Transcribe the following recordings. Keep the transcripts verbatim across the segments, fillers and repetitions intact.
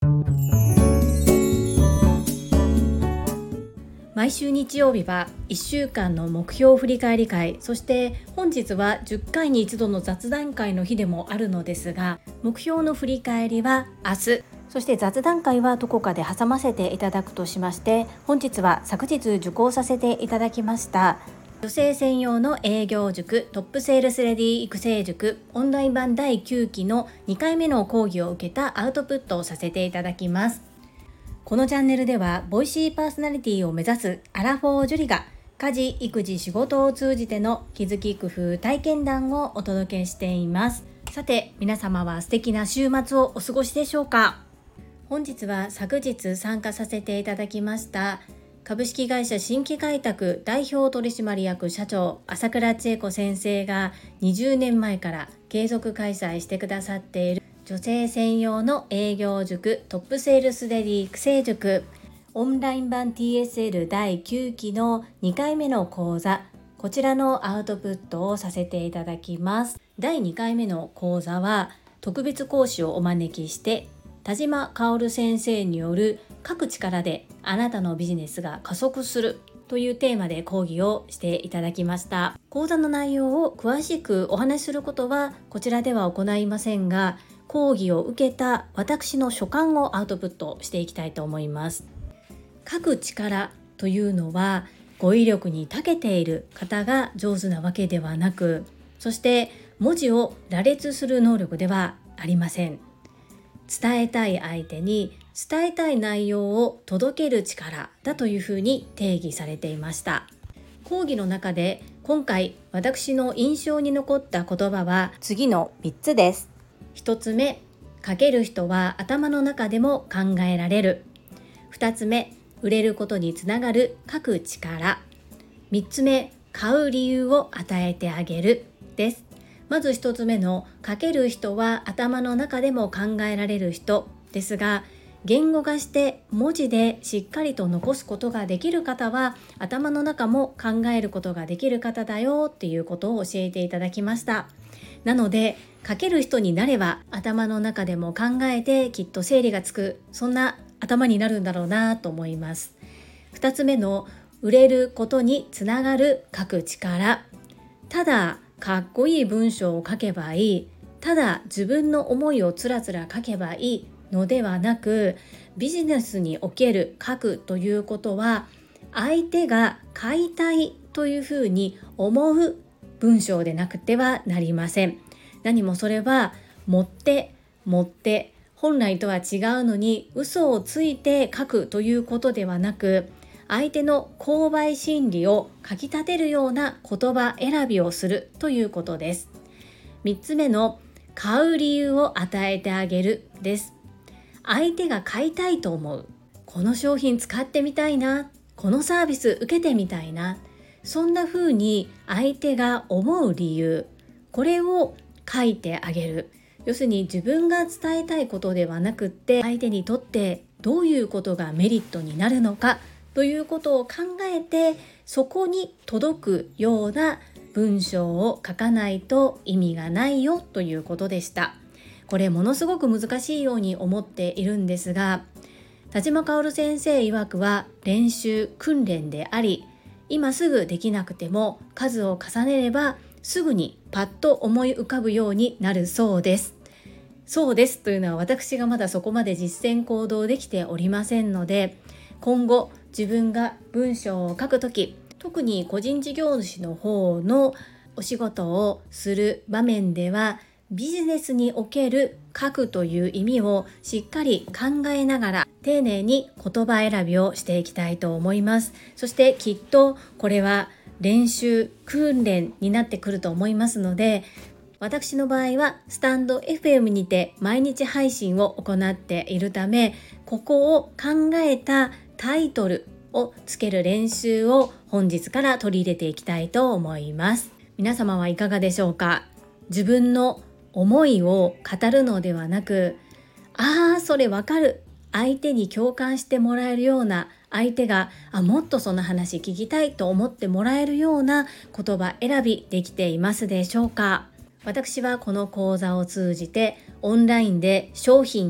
毎週日曜日はいっしゅうかんの目標振り返り会、そして本日はじゅっかいに一度の雑談会の日でもあるのですが、目標の振り返りは明日、そして雑談会はどこかで挟ませていただくとしまして、本日は昨日受講させていただきました女性専用の営業塾トップセールスレディ育成塾オンライン版だいきゅうきのにかいめの講義を受けたアウトプットをさせていただきます。このチャンネルではボイシーパーソナリティを目指すアラフォージュリが家事・育児・仕事を通じての気づき工夫体験談をお届けしています。さて皆様は素敵な週末をお過ごしでしょうか。本日は昨日参加させていただきました株式会社新規開拓代表取締役社長朝倉千恵子先生がにじゅうねんまえから継続開催してくださっている女性専用の営業塾トップセールスレディ育成塾オンライン版 ティーエスエルだいきゅうきのにかいめの講座、こちらのアウトプットをさせていただきます。だいにかいめの講座は特別講師をお招きして田島薫先生による書く力であなたのビジネスが加速するというテーマで講義をしていただきました。講座の内容を詳しくお話しすることはこちらでは行いませんが、講義を受けた私の所感をアウトプットしていきたいと思います。書く力というのは語彙力に長けている方が上手なわけではなく、そして文字を羅列する能力ではありません。伝えたい相手に伝えたい内容を届ける力だというふうに定義されていました。講義の中で今回私の印象に残った言葉は次のみっつです。ひとつめ、書ける人は頭の中でも考えられる。ふたつめ、売れることにつながる書く力。みっつめ、買う理由を与えてあげるです。まずひとつめの書ける人は頭の中でも考えられる人ですが、言語化して文字でしっかりと残すことができる方は頭の中も考えることができる方だよっていうことを教えていただきました。なので書ける人になれば頭の中でも考えてきっと整理がつく、そんな頭になるんだろうなと思います。ふたつめの売れることにつながる書く力。ただかっこいい文章を書けばいい、ただ自分の思いをつらつら書けばいいのではなく、ビジネスにおける書くということは相手が買いたいというふうに思う文章でなくてはなりません。何もそれは持って持って本来とは違うのに嘘をついて書くということではなく、相手の購買心理をかき立てるような言葉選びをするということです。みっつめの買う理由を与えてあげるです。相手が買いたいと思う、この商品使ってみたいな、このサービス受けてみたいな、そんな風に相手が思う理由、これを書いてあげる。要するに自分が伝えたいことではなくって、相手にとってどういうことがメリットになるのかということを考えて、そこに届くような文章を書かないと意味がないよということでした。これものすごく難しいように思っているんですが、田島薫先生曰くは練習訓練であり、今すぐできなくても数を重ねればすぐにパッと思い浮かぶようになるそうです。そうですというのは私がまだそこまで実践行動できておりませんので、今後自分が文章を書くとき、特に個人事業主の方のお仕事をする場面では、ビジネスにおける書くという意味をしっかり考えながら丁寧に言葉選びをしていきたいと思います。そしてきっとこれは練習訓練になってくると思いますので、私の場合はスタンド エフエム にて毎日配信を行っているため、ここを考えたタイトルをつける練習を本日から取り入れていきたいと思います。皆様はいかがでしょうか。自分の思いを語るのではなく、ああそれわかる、相手に共感してもらえるような、相手があもっとその話聞きたいと思ってもらえるような言葉選びできていますでしょうか。私はこの講座を通じてオンラインで商品や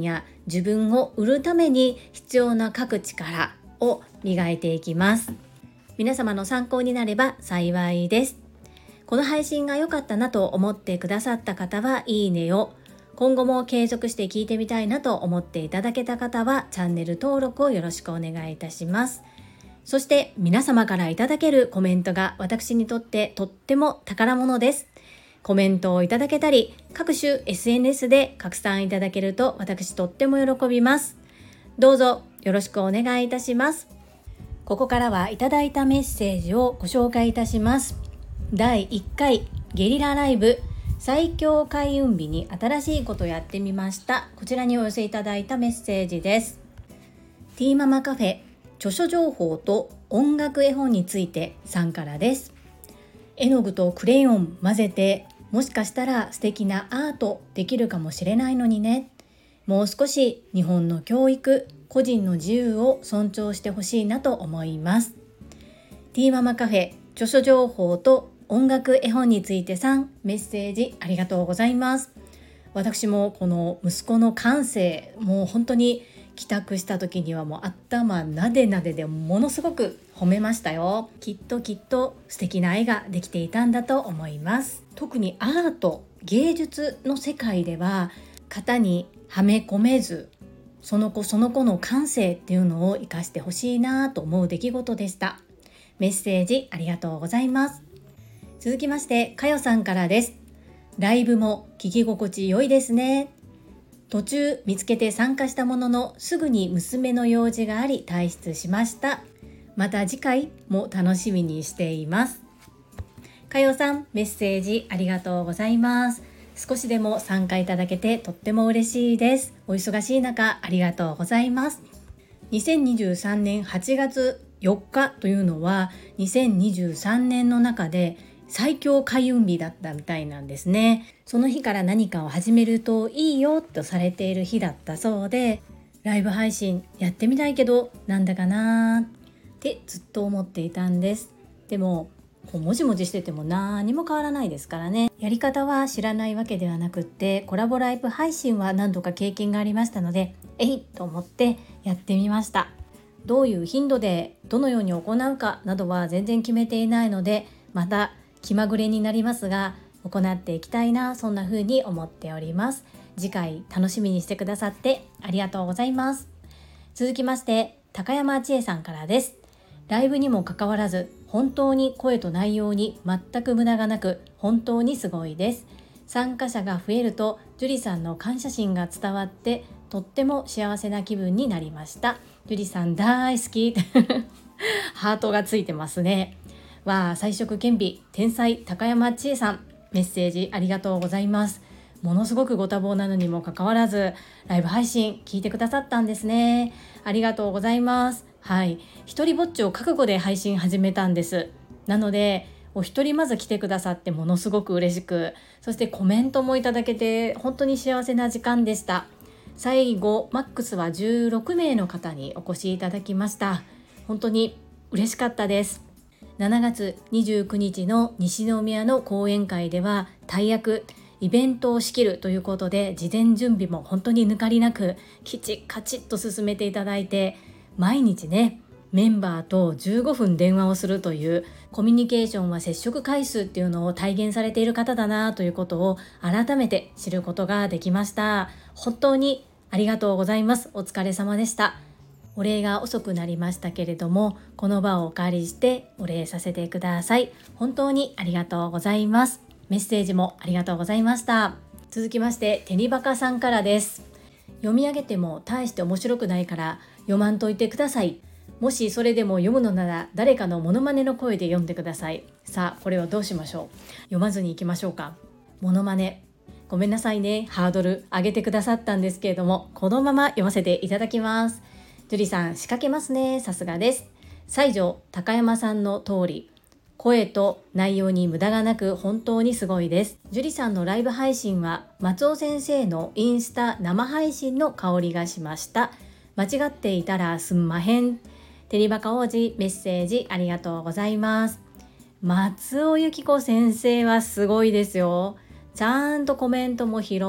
自分を売るために必要な書く力を磨いていきます。皆様の参考になれば幸いです。この配信が良かったなと思ってくださった方はいいねを、今後も継続して聞いてみたいなと思っていただけた方はチャンネル登録をよろしくお願いいたします。そして皆様からいただけるコメントが私にとってとっても宝物です。コメントをいただけたり、各種 エスエヌエス で拡散いただけると私とっても喜びます。どうぞよろしくお願いいたします。ここからはいただいたメッセージをご紹介いたします。だいいっかいゲリラライブ最強開運日に新しいことやってみました。こちらにお寄せいただいたメッセージです。ティーママカフェ著書情報と音楽絵本についてさんからです。絵の具とクレヨン混ぜて、もしかしたら素敵なアートできるかもしれないのにね。もう少し日本の教育、個人の自由を尊重してほしいなと思います。ティーママカフェ著書情報と音楽絵本についてさん、メッセージありがとうございます。私もこの息子の感性、もう本当に帰宅した時にはもう頭なでなででものすごく褒めましたよ。きっときっと素敵な絵ができていたんだと思います。特にアート、芸術の世界では型にはめ込めず、その子その子の感性っていうのを生かしてほしいなと思う出来事でした。メッセージありがとうございます。続きましてかよさんからです。ライブも聞き心地良いですね。途中見つけて参加したものの、すぐに娘の用事があり退出しました。また次回も楽しみにしています。かよさん、メッセージありがとうございます。少しでも参加いただけてとっても嬉しいです。お忙しい中ありがとうございます。にせんにじゅうさんねんはちがつよっかというのはにせんにじゅうさんねんの中で最強開運日だったみたいなんですね。その日から何かを始めるといいよとされている日だったそうで、ライブ配信やってみたいけどなんだかなってずっと思っていたんです。でもこうもじもじしてても何も変わらないですからね。やり方は知らないわけではなくって、コラボライブ配信は何度か経験がありましたので、えいと思ってやってみました。どういう頻度でどのように行うかなどは全然決めていないので、また気まぐれになりますが行っていきたいな、そんな風に思っております。次回楽しみにしてくださってありがとうございます。続きまして高山千恵さんからです。ライブにもかかわらず本当に声と内容に全く無駄がなく、本当にすごいです。参加者が増えるとジュリさんの感謝心が伝わってとっても幸せな気分になりました。ジュリさん大好きハートがついてますね。わあ、彩色兼備天才高山千恵さん、メッセージありがとうございます。ものすごくご多忙なのにもかかわらずライブ配信聞いてくださったんですね。ありがとうございます。はい、一人ぼっちを覚悟で配信始めたんです。なのでお一人まず来てくださってものすごく嬉しく、そしてコメントもいただけて本当に幸せな時間でした。最後マックスはじゅうろくめいの方にお越しいただきました。本当に嬉しかったです。しちがつにじゅうくにちの西宮の講演会では大役イベントを仕切るということで、事前準備も本当に抜かりなくきちカチッと進めていただいて、毎日ねメンバーとじゅうごふん電話をするというコミュニケーションは接触回数っていうのを体現されている方だなということを改めて知ることができました。本当にありがとうございます。お疲れ様でした。お礼が遅くなりましたけれども、この場をお借りしてお礼させてください。本当にありがとうございます。メッセージもありがとうございました。続きましてテニバカさんからです。読み上げても大して面白くないから読まんといてください。もしそれでも読むのなら誰かのモノマネの声で読んでください。さあこれはどうしましょう。読まずに行きましょうか。モノマネ、ごめんなさいね、ハードル上げてくださったんですけれども、このまま読ませていただきます。ジュリさん仕掛けますね、さすがです。西条高山さんの通り、声と内容に無駄がなく本当にすごいです。ジュリさんのライブ配信は松尾先生のインスタ生配信の香りがしました。間違っていたらすんまへん。テリバカ王子、メッセージありがとうございます。松尾由紀子先生はすごいですよ。ちゃんとコメントも拾っ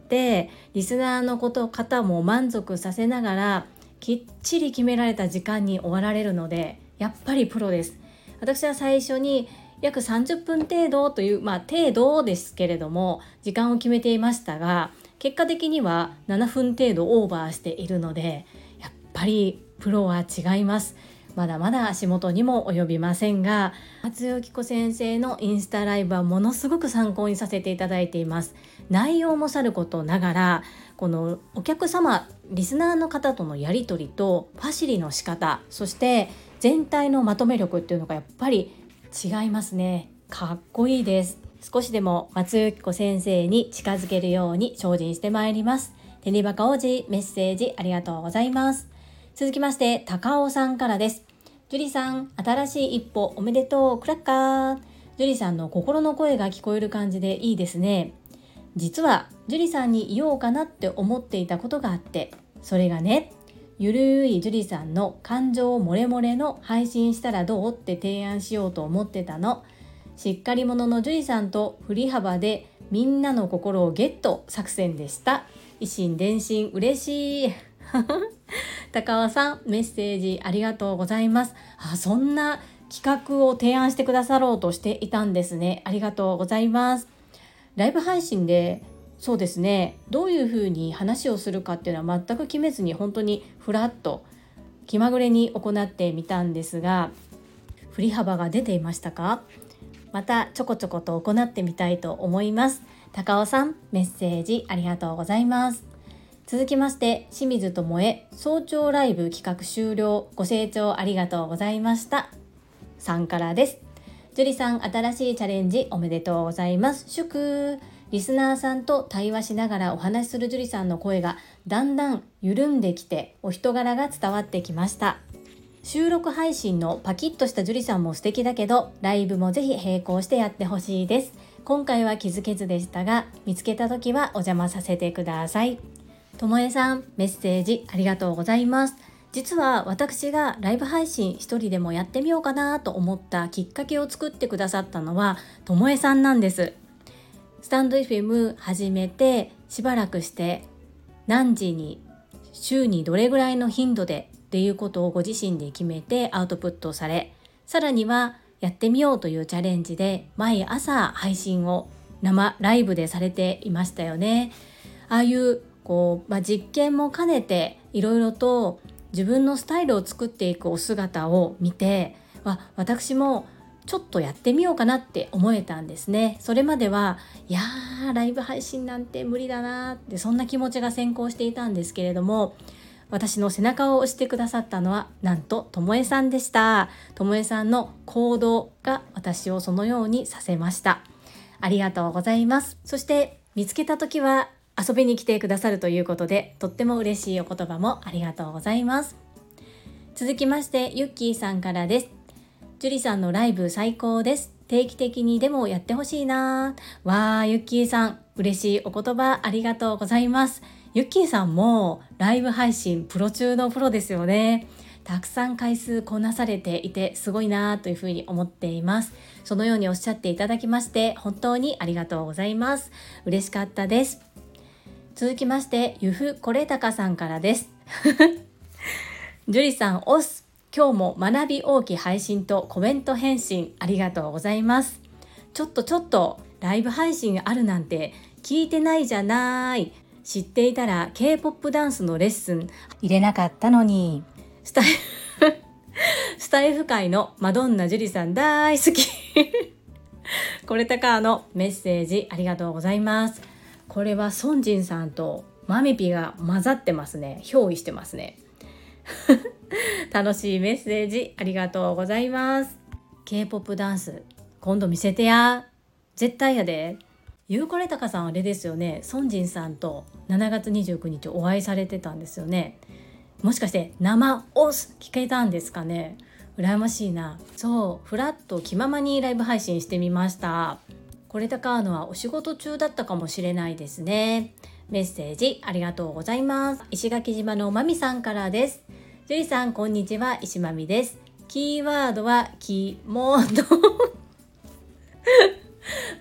ってリスナーのこと方も満足させながらきっちり決められた時間に終わられるので、やっぱりプロです。私は最初に約さんじゅっぷん程度という、まあ程度ですけれども時間を決めていましたが、結果的にはななふん程度オーバーしているので、やっぱりプロは違います。まだまだ足元にも及びませんが、松代紀子先生のインスタライブはものすごく参考にさせていただいています。内容もさることながら、このお客様リスナーの方とのやり取りとパシリの仕方、そして全体のまとめ力っていうのがやっぱり違いますね。かっこいいです。少しでも松代紀子先生に近づけるように精進してまいります。テニバカ王子、メッセージありがとうございます。続きまして高尾さんからです。ジュリさん、新しい一歩おめでとう、クラッカー。ジュリさんの心の声が聞こえる感じでいいですね。実はジュリさんに言おうかなって思っていたことがあって、それがね、ゆるいジュリさんの感情漏れ漏れの配信したらどうって提案しようと思ってたの。しっかり者のジュリさんと振り幅でみんなの心をゲット作戦でした。一心伝心嬉しい。高尾さん、メッセージありがとうございます。あ、そんな企画を提案してくださろうとしていたんですね。ありがとうございます。ライブ配信でそうですね、どういうふうに話をするかっていうのは全く決めずに、本当にフラッと気まぐれに行ってみたんですが、振り幅が出ていましたか？またちょこちょこと行ってみたいと思います。高尾さん、メッセージありがとうございます。続きまして清水智恵、早朝ライブ企画終了、ご清聴ありがとうございましたさんからです。ジュリさん、新しいチャレンジおめでとうございます。祝。リスナーさんと対話しながらお話しするジュリさんの声がだんだん緩んできて、お人柄が伝わってきました。収録配信のパキッとしたジュリさんも素敵だけど、ライブもぜひ並行してやってほしいです。今回は気づけずでしたが、見つけた時はお邪魔させてください。ともえさん、メッセージありがとうございます。実は私がライブ配信一人でもやってみようかなと思ったきっかけを作ってくださったのはともえさんなんです。スタンド エフエム 始めてしばらくして何時に週にどれぐらいの頻度でっていうことをご自身で決めてアウトプットされ、さらにはやってみようというチャレンジで毎朝配信を生ライブでされていましたよね。ああいうこう、まあ、実験も兼ねていろいろと自分のスタイルを作っていくお姿を見て、わ私もちょっとやってみようかなって思えたんですね。それまではいやーライブ配信なんて無理だなって、そんな気持ちが先行していたんですけれども、私の背中を押してくださったのはなんとともえさんでした。ともえさんの行動が私をそのようにさせました。ありがとうございます。そして見つけた時は遊びに来てくださるということで、とっても嬉しいお言葉もありがとうございます。続きましてゆっきーさんからです。ジュリさんのライブ最高です。定期的にでもやってほしいな。わー、ゆっきーさん、嬉しいお言葉ありがとうございます。ゆっきーさんもライブ配信プロ中のプロですよね。たくさん回数こなされていてすごいなというふうに思っています。そのようにおっしゃっていただきまして本当にありがとうございます。嬉しかったです。続きましてゆふこれたかさんからです。ジュリさんオス、今日も学び大き配信とコメント返信ありがとうございます。ちょっとちょっとライブ配信あるなんて聞いてないじゃない。知っていたら K-ポップ ダンスのレッスン入れなかったのに。スタイフスタイフ界のマドンナジュリさん大好き。これたかのメッセージありがとうございます。これはソンジンさんとマミピが混ざってますね。憑依してますね。楽しいメッセージありがとうございます。 K-ポップ ダンス今度見せてや、絶対やで。ゆうこれたかさんあれですよね、ソンジンさんとしちがつにじゅうくにちお会いされてたんですよね。もしかして生オス聞けたんですかね。羨ましいな。そうフラッと気ままにライブ配信してみました。これたかのはお仕事中だったかもしれないですね。メッセージありがとうございます。石垣島のまみさんからです。ジュリさんこんにちは、石まみです。キーワードはキモード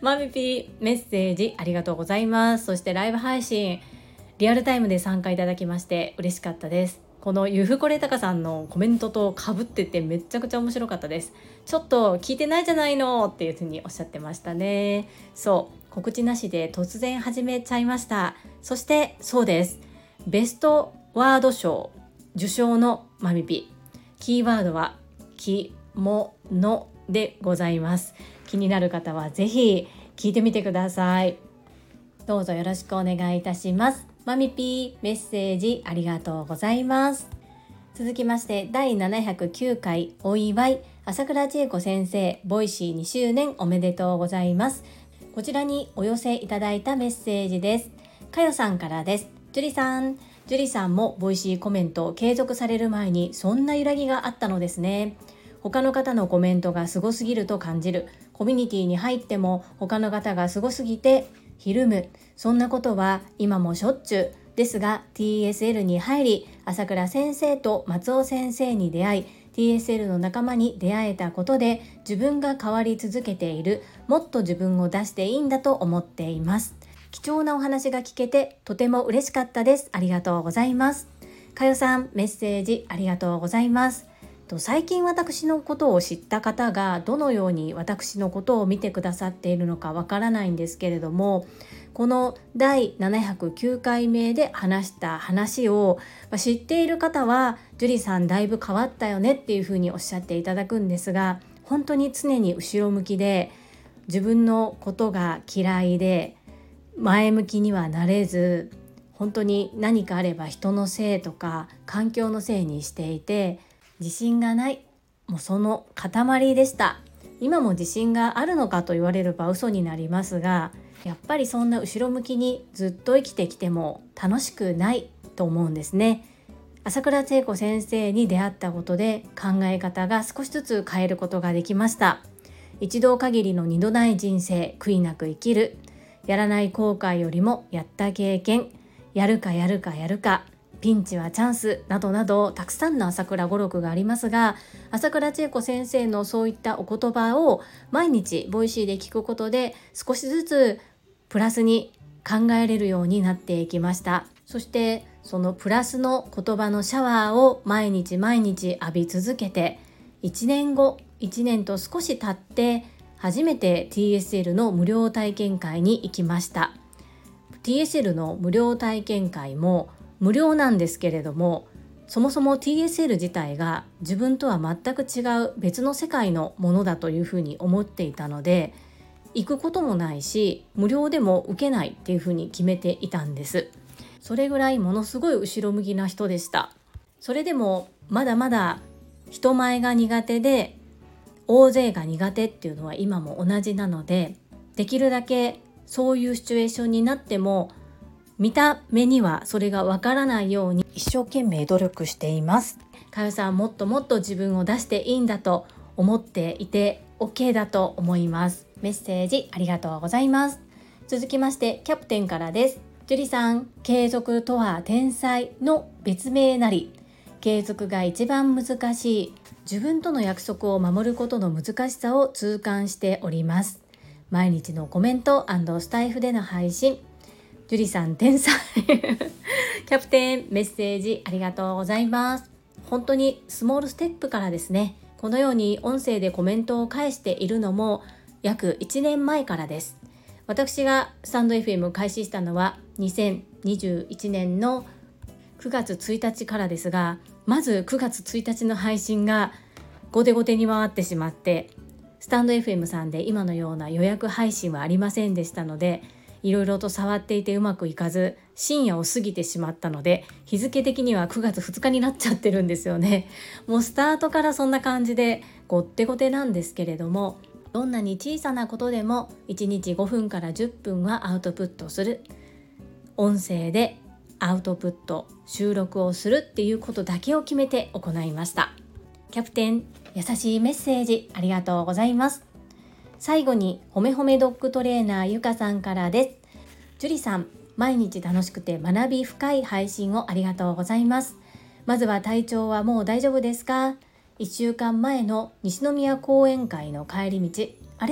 マミピーメッセージありがとうございます。そしてライブ配信リアルタイムで参加いただきまして嬉しかったです。このゆふこれたかさんのコメントと被っててめちゃくちゃ面白かったです。ちょっと聞いてないじゃないのっていう風におっしゃってましたね。そう告知なしで突然始めちゃいました。そしてそうです、ベストワード賞受賞のマミピ、キーワードはきものでございます。気になる方はぜひ聞いてみてください。どうぞよろしくお願いいたします。マミピーメッセージありがとうございます。続きましてだいななひゃくきゅうかいお祝い朝倉千恵子先生ボイシーにしゅうねんおめでとうございます。こちらにお寄せいただいたメッセージです。かよさんからです。ジュリさんジュリさんもボイシーコメントを継続される前にそんな揺らぎがあったのですね。他の方のコメントがすごすぎると感じる。コミュニティに入っても他の方がすごすぎてひるむ。そんなことは今もしょっちゅうですが ティーエスエル に入り朝倉先生と松尾先生に出会い ティーエスエル の仲間に出会えたことで自分が変わり続けている。もっと自分を出していいんだと思っています。貴重なお話が聞けてとても嬉しかったです。ありがとうございます。かよさんメッセージありがとうございます。と最近私のことを知った方がどのように私のことを見てくださっているのかわからないんですけれども、このだいななひゃくきゅうかいめで話した話を知っている方はジュリさんだいぶ変わったよねっていうふうにおっしゃっていただくんですが、本当に常に後ろ向きで自分のことが嫌いで前向きにはなれず、本当に何かあれば人のせいとか環境のせいにしていて自信がない、もうその塊でした。今も自信があるのかと言われれば嘘になりますが、やっぱりそんな後ろ向きにずっと生きてきても楽しくないと思うんですね。朝倉千恵子先生に出会ったことで考え方が少しずつ変えることができました。一度限りの二度ない人生、悔いなく生きる、やらない後悔よりもやった経験、やるかやるかやるか、ピンチはチャンスなどなどたくさんの朝倉語録がありますが、朝倉千恵子先生のそういったお言葉を毎日ボイシーで聞くことで少しずつプラスに考えれるようになっていきました。そしてそのプラスの言葉のシャワーを毎日毎日浴び続けていちねんご、いちねんと少し経って初めて ティーエスエル の無料体験会に行きました。 ティーエスエル の無料体験会も無料なんですけれども、そもそも ティーエスエル 自体が自分とは全く違う別の世界のものだというふうに思っていたので、行くこともないし無料でも受けないっていうふうに決めていたんです。それぐらいものすごい後ろ向きな人でした。それでもまだまだ人前が苦手で大勢が苦手っていうのは今も同じなので、できるだけそういうシチュエーションになっても見た目にはそれがわからないように一生懸命努力しています。かよさんもっともっと自分を出していいんだと思っていて OK だと思います。メッセージありがとうございます。続きましてキャプテンからです。ジュリさん、継続とは天才の別名なり、継続が一番難しい、自分との約束を守ることの難しさを痛感しております。毎日のコメント&スタイフでの配信、ジュリさん天才キャプテンメッセージありがとうございます。本当にスモールステップからですね、このように音声でコメントを返しているのも約いちねんまえからです。私がスタンド エフエム を開始したのはにせんにじゅういちねんのくがつついたちからですが、まずくがつついたちの配信が後手後手に回ってしまって、スタンド エフエム さんで今のような予約配信はありませんでしたので、いろいろと触っていてうまくいかず深夜を過ぎてしまったので、日付的にはくがつふつかになっちゃってるんですよね。もうスタートからそんな感じでごってごてなんですけれども、どんなに小さなことでもいちにちごふんからじゅっぷんはアウトプットする、音声でアウトプット収録をするっていうことだけを決めて行いました。キャプテン、優しいメッセージありがとうございます。最後にほめほめドッグトレーナーゆかさんからです。ジュリさん、毎日楽しくて学び深い配信をありがとうございます。まずは体調はもう大丈夫ですか？いっしゅうかんまえの西宮講演会の帰り道、あれ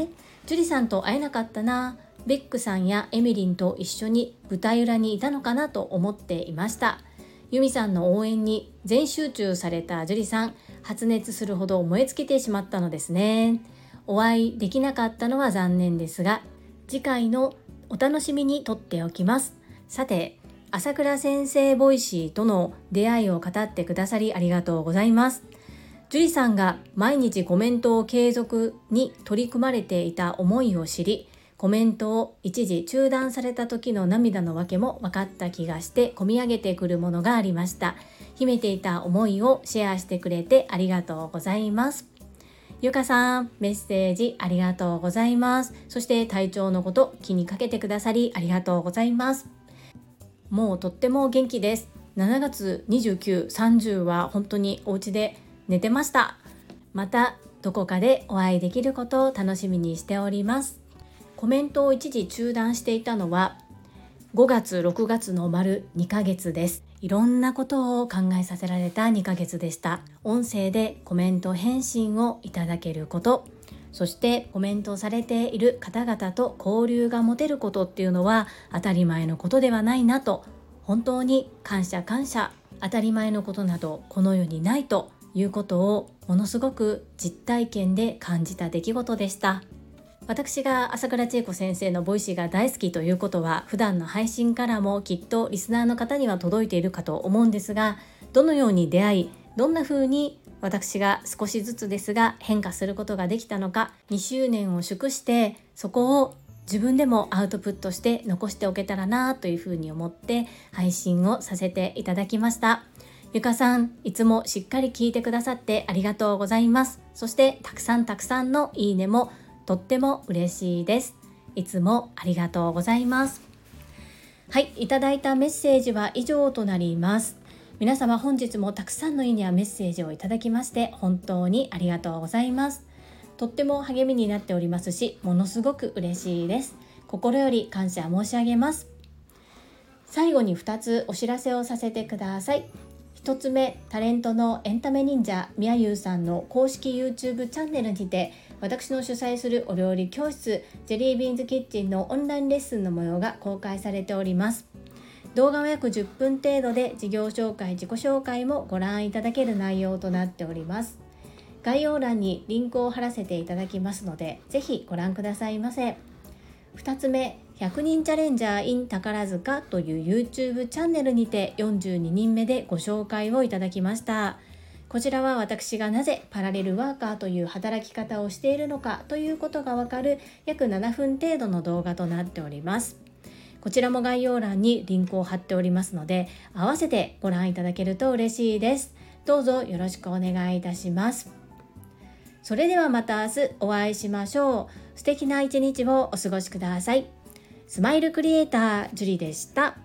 樹里さんと会えなかったな、ベックさんやエミリンと一緒に舞台裏にいたのかなと思っていました。ユミさんの応援に全集中された樹里さん、発熱するほど燃え尽きてしまったのですね。お会いできなかったのは残念ですが、次回のお楽しみにとっておきます。さて、朝倉先生ボイシーとの出会いを語ってくださりありがとうございます。樹里さんが毎日コメントを継続に取り組まれていた思いを知り、コメントを一時中断された時の涙の訳も分かった気がして、込み上げてくるものがありました。秘めていた思いをシェアしてくれてありがとうございます。ゆかさん、メッセージありがとうございます。そして体調のこと気にかけてくださりありがとうございます。もうとっても元気です。しちがつにじゅうく、さんじゅうは本当にお家で寝てました。またどこかでお会いできることを楽しみにしております。コメントを一時中断していたのはごがつ、ろくがつの丸にかげつです。いろんなことを考えさせられたにかげつでした。音声でコメント返信をいただけること、そしてコメントされている方々と交流が持てることっていうのは当たり前のことではないなと、本当に感謝感謝。当たり前のことなどこの世にないということをものすごく実体験で感じた出来事でした。私が朝倉千恵子先生のボイシーが大好きということは、普段の配信からもきっとリスナーの方には届いているかと思うんですが、どのように出会い、どんな風に私が少しずつですが変化することができたのか、にしゅうねんを祝してそこを自分でもアウトプットして残しておけたらなというふうに思って配信をさせていただきました。ゆかさん、いつもしっかり聞いてくださってありがとうございます。そしてたくさんたくさんのいいねもとっても嬉しいです。いつもありがとうございます。はい、いただいたメッセージは以上となります。皆様本日もたくさんのいいねやメッセージをいただきまして本当にありがとうございます。とっても励みになっておりますし、ものすごく嬉しいです。心より感謝申し上げます。最後にふたつお知らせをさせてください。ひとつめ、タレントのエンタメ忍者みやゆうさんの公式 YouTube チャンネルにて、私の主催するお料理教室ジェリービーンズキッチンのオンラインレッスンの模様が公開されております。動画は約じゅっぷん程度で、事業紹介、自己紹介もご覧いただける内容となっております。概要欄にリンクを貼らせていただきますので、ぜひご覧くださいませ。ふたつめ、ひゃくにんチャレンジャー in 宝塚という YouTube チャンネルにてよんじゅうににんめでご紹介をいただきました。こちらは私がなぜパラレルワーカーという働き方をしているのかということがわかる約ななふん程度の動画となっております。こちらも概要欄にリンクを貼っておりますので、合わせてご覧いただけると嬉しいです。どうぞよろしくお願いいたします。それではまた明日お会いしましょう。素敵な一日をお過ごしください。スマイルクリエイタージュリでした。